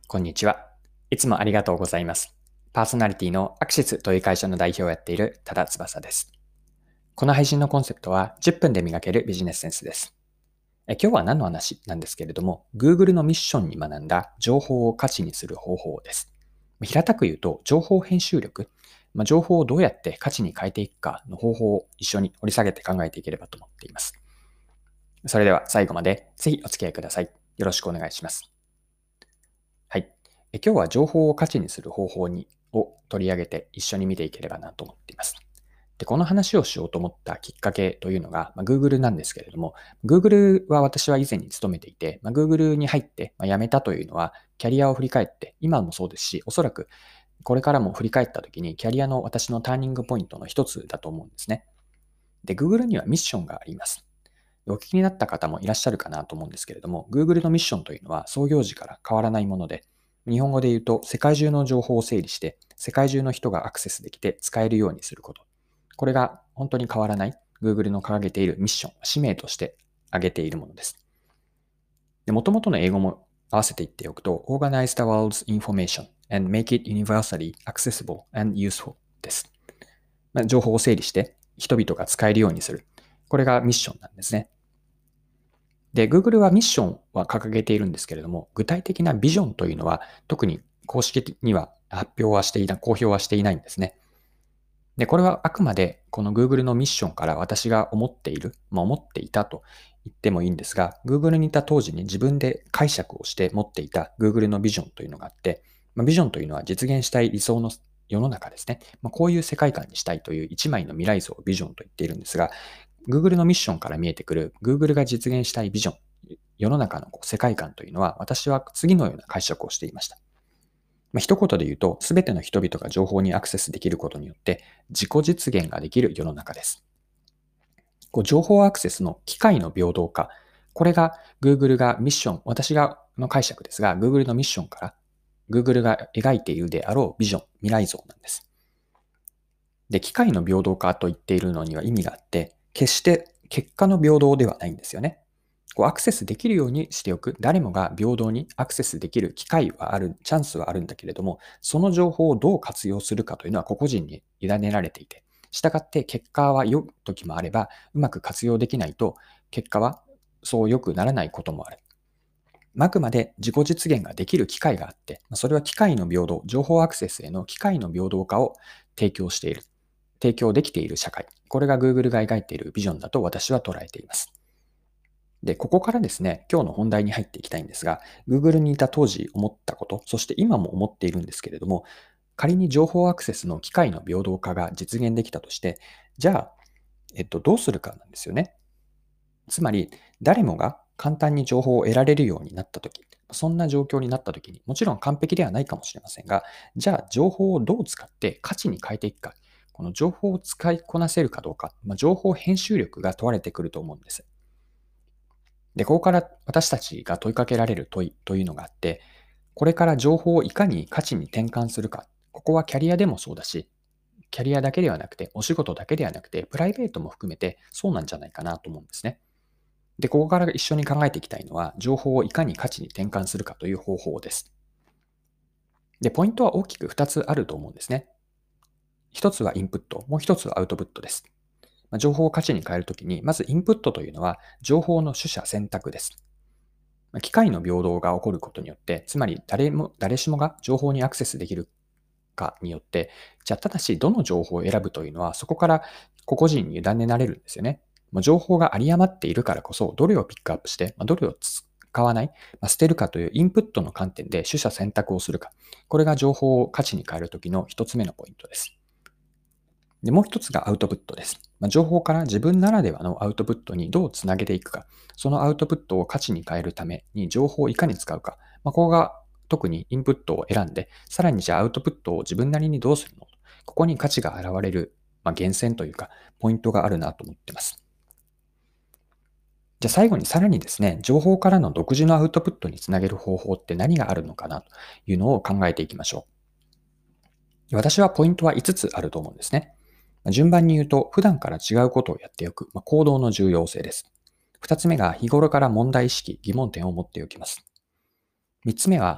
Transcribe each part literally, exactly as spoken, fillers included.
こんにちは。いつもありがとうございます。パーソナリティのアクシスという会社の代表をやっている多田翼です。この配信のコンセプトはじゅっぷんで磨けるビジネスセンスです。え今日は何の話なんですけれども、Google のミッションに学んだ情報を価値にする方法です。平たく言うと、情報編集力、まあ、情報をどうやって価値に変えていくかの方法を一緒に掘り下げて考えていければと思っています。それでは最後までぜひお付き合いください。よろしくお願いします。はい。え今日は情報を価値にする方法にを取り上げて一緒に見ていければなと思っています。で、この話をしようと思ったきっかけというのが、まあ、Google なんですけれども、Google は私は以前に勤めていて、まあ、Google に入って、まあ、辞めたというのは、キャリアを振り返って、今もそうですし、おそらくこれからも振り返った時に、キャリアの私のターニングポイントの一つだと思うんですね。で、Google にはミッションがあります。お聞きになった方もいらっしゃるかなと思うんですけれども、Google のミッションというのは創業時から変わらないもので、日本語で言うと世界中の情報を整理して、世界中の人がアクセスできて使えるようにすること。これが本当に変わらない Google の掲げているミッション、使命として挙げているものです。で、元々の英語も合わせて言っておくと、Organize the world's information and make it universally accessible and useful です。まあ、情報を整理して人々が使えるようにする。これがミッションなんですね。で、Google はミッションは掲げているんですけれども、具体的なビジョンというのは特に公式には発表はしていない、公表はしていないんですね。で、これはあくまでこの Google のミッションから私が思っている、まあ、思っていたと言ってもいいんですが、Google にいた当時に自分で解釈をして持っていた Google のビジョンというのがあって、まあ、ビジョンというのは実現したい理想の世の中ですね。まあ、こういう世界観にしたいという一枚の未来像をビジョンと言っているんですが、Google のミッションから見えてくる Google が実現したいビジョン、世の中のこう世界観というのは私は次のような解釈をしていました。まあ、一言で言うと、すべての人々が情報にアクセスできることによって自己実現ができる世の中です。こう情報アクセスの機会の平等化、これが Google がミッション、私がの解釈ですが、Google のミッションから Google が描いているであろうビジョン、未来像なんです。で、機会の平等化と言っているのには意味があって、決して結果の平等ではないんですよね。こうアクセスできるようにしておく。誰もが平等にアクセスできる機会はある、チャンスはあるんだけれども、その情報をどう活用するかというのは個々人に委ねられていて、したがって結果は良い時もあれば、うまく活用できないと、結果はそう良くならないこともある。あくまで自己実現ができる機会があって、それは機会の平等、情報アクセスへの機会の平等化を提供している。提供できている社会。これが Google が描いているビジョンだと私は捉えています。で、ここからですね、今日の本題に入っていきたいんですが、Google にいた当時思ったこと、そして今も思っているんですけれども、仮に情報アクセスの機会の平等化が実現できたとして、じゃあ、えっと、どうするかなんですよね。つまり、誰もが簡単に情報を得られるようになったとき、そんな状況になったときに、もちろん完璧ではないかもしれませんが、じゃあ情報をどう使って価値に変えていくか、この情報を使いこなせるかどうか、まあ、情報編集力が問われてくると思うんです。で、ここから私たちが問いかけられる問いというのがあって、これから情報をいかに価値に転換するか、ここはキャリアでもそうだし、キャリアだけではなくて、お仕事だけではなくて、プライベートも含めてそうなんじゃないかなと思うんですね。で、ここから一緒に考えていきたいのは、情報をいかに価値に転換するかという方法です。で、ポイントは大きくふたつあると思うんですね。ひとつはインプット、もうひとつはアウトプットです。情報を価値に変えるときに、まずインプットというのは情報の取捨選択です。機械の平等が起こることによって、つまり誰も、誰しもが情報にアクセスできるかによって、じゃあただしどの情報を選ぶというのは、そこから個々人に委ねられるんですよね。情報が有り余っているからこそ、どれをピックアップして、どれを使わない、捨てるかというインプットの観点で取捨選択をするか。これが情報を価値に変えるときの一つ目のポイントです。で、もう一つがアウトプットです。まあ、情報から自分ならではのアウトプットにどうつなげていくか、そのアウトプットを価値に変えるために情報をいかに使うか、まあ、ここが特にインプットを選んで、さらにじゃあアウトプットを自分なりにどうするの？ここに価値が現れる、まあ、源泉というか、ポイントがあるなと思っています。じゃあ最後にさらにですね、情報からの独自のアウトプットにつなげる方法って何があるのかなというのを考えていきましょう。私はポイントはいつつあると思うんですね。順番に言うと、普段から違うことをやっておく、まあ、行動の重要性です。二つ目が日頃から問題意識、疑問点を持っておきます。三つ目は、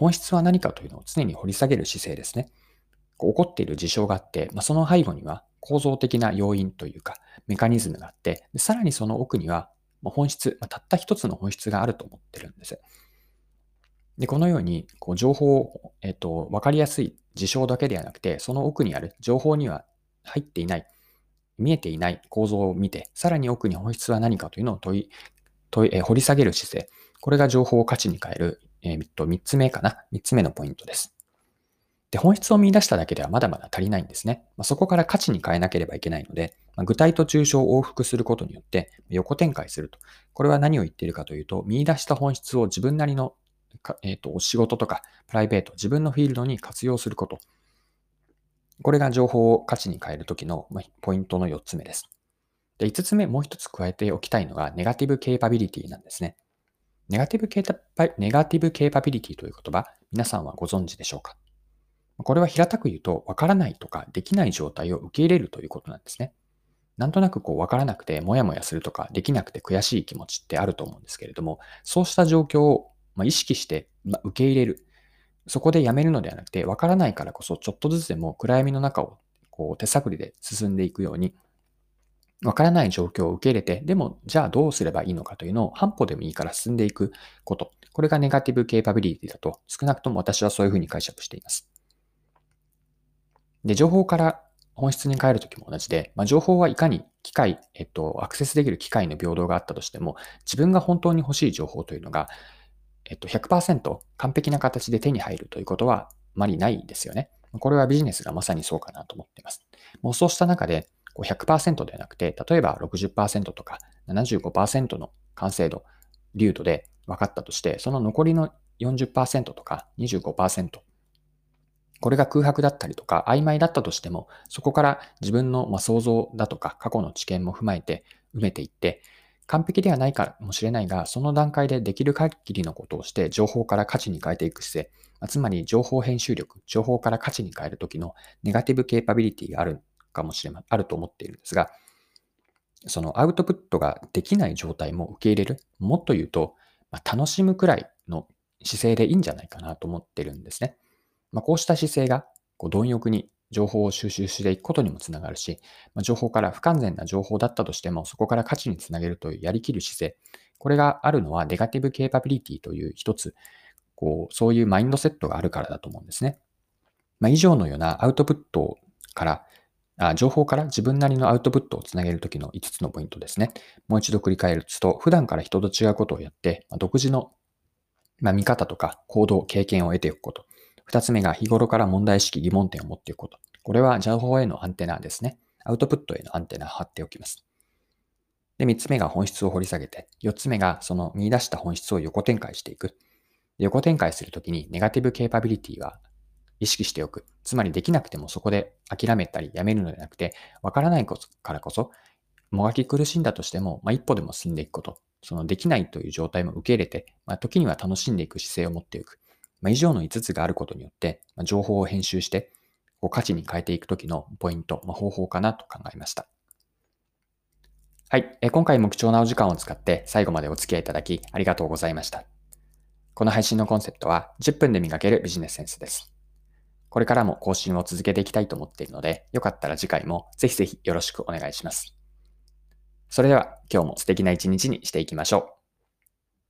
本質は何かというのを常に掘り下げる姿勢ですね。こう起こっている事象があって、まあ、その背後には構造的な要因というかメカニズムがあって、でさらにその奥にはまあ本質、まあ、たった一つの本質があると思ってるんです。で、このようにこう情報を、えっと、わかりやすい事象だけではなくて、その奥にある情報には入っていない、見えていない構造を見て、さらに奥に本質は何かというのを問い、問いえ掘り下げる姿勢。これが情報を価値に変える、えーっと、三つ目かな。三つ目のポイントです。で、本質を見出しただけではまだまだ足りないんですね。まあ、そこから価値に変えなければいけないので、まあ、具体と抽象を往復することによって横展開すると。これは何を言っているかというと、見出した本質を自分なりのか、えーと、仕事とかプライベート、自分のフィールドに活用すること。これが情報を価値に変えるときのポイントのよっつめです。で、いつつめ、もう一つ加えておきたいのが、ネガティブケーパビリティなんですね。ネガティブケーパ、ネガティブケーパビリティという言葉、皆さんはご存知でしょうか？これは平たく言うと、わからないとかできない状態を受け入れるということなんですね。なんとなくこうわからなくて、もやもやするとか、できなくて悔しい気持ちってあると思うんですけれども、そうした状況をまあ意識してまあ受け入れる。そこでやめるのではなくて、わからないからこそ、ちょっとずつでも暗闇の中をこう手探りで進んでいくように、わからない状況を受け入れて、でも、じゃあどうすればいいのかというのを半歩でもいいから進んでいくこと。これがネガティブケーパビリティだと、少なくとも私はそういうふうに解釈しています。で、情報から本質に変えるときも同じで、まあ、情報はいかに機械、えっと、アクセスできる機械の平等があったとしても、自分が本当に欲しい情報というのが、えっと、ひゃくパーセント完璧な形で手に入るということはあまりないですよね。これはビジネスがまさにそうかなと思っています。もうそうした中で、こうひゃくパーセントではなくて、例えばろくじゅっパーセントとかななじゅうごパーセントの完成度、流度で分かったとして、その残りのよんじゅっパーセントとかにじゅうごパーセント、これが空白だったりとか曖昧だったとしても、そこから自分のまあ想像だとか過去の知見も踏まえて埋めていって、完璧ではないかもしれないが、その段階でできる限りのことをして情報から価値に変えていく姿勢、つまり情報編集力、情報から価値に変えるときのネガティブケーパビリティがあるかもしれま、あると思っているんですが、そのアウトプットができない状態も受け入れる。もっと言うと、まあ、楽しむくらいの姿勢でいいんじゃないかなと思ってるんですね。まあ、こうした姿勢がこう貪欲に情報を収集していくことにもつながるし、まあ、情報から不完全な情報だったとしても、そこから価値につなげるというやりきる姿勢。これがあるのはネガティブケーパビリティという一つ、こう、そういうマインドセットがあるからだと思うんですね。まあ、以上のようなアウトプットからあ、情報から自分なりのアウトプットをつなげるときのいつつのポイントですね。もう一度繰り返すと、普段から人と違うことをやって、まあ、独自の、まあ、見方とか行動、経験を得ていくこと。二つ目が日頃から問題意識、疑問点を持っていくこと。これは情報へのアンテナですね。アウトプットへのアンテナを張っておきます。で、三つ目が本質を掘り下げて、四つ目がその見出した本質を横展開していく。横展開するときにネガティブケーパビリティは意識しておく。つまりできなくてもそこで諦めたりやめるのではなくて、わからないからこそ、もがき苦しんだとしても、まあ、一歩でも進んでいくこと。そのできないという状態も受け入れて、まあ、時には楽しんでいく姿勢を持っていく。まあ、以上のいつつがあることによって、まあ、情報を編集して、こう価値に変えていくときのポイント、まあ、方法かなと考えました。はい、え今回も貴重なお時間を使って最後までお付き合いいただきありがとうございました。この配信のコンセプトはじゅっぷんで磨けるビジネスセンスです。これからも更新を続けていきたいと思っているので、よかったら次回もぜひぜひよろしくお願いします。それでは今日も素敵な一日にしていきましょう。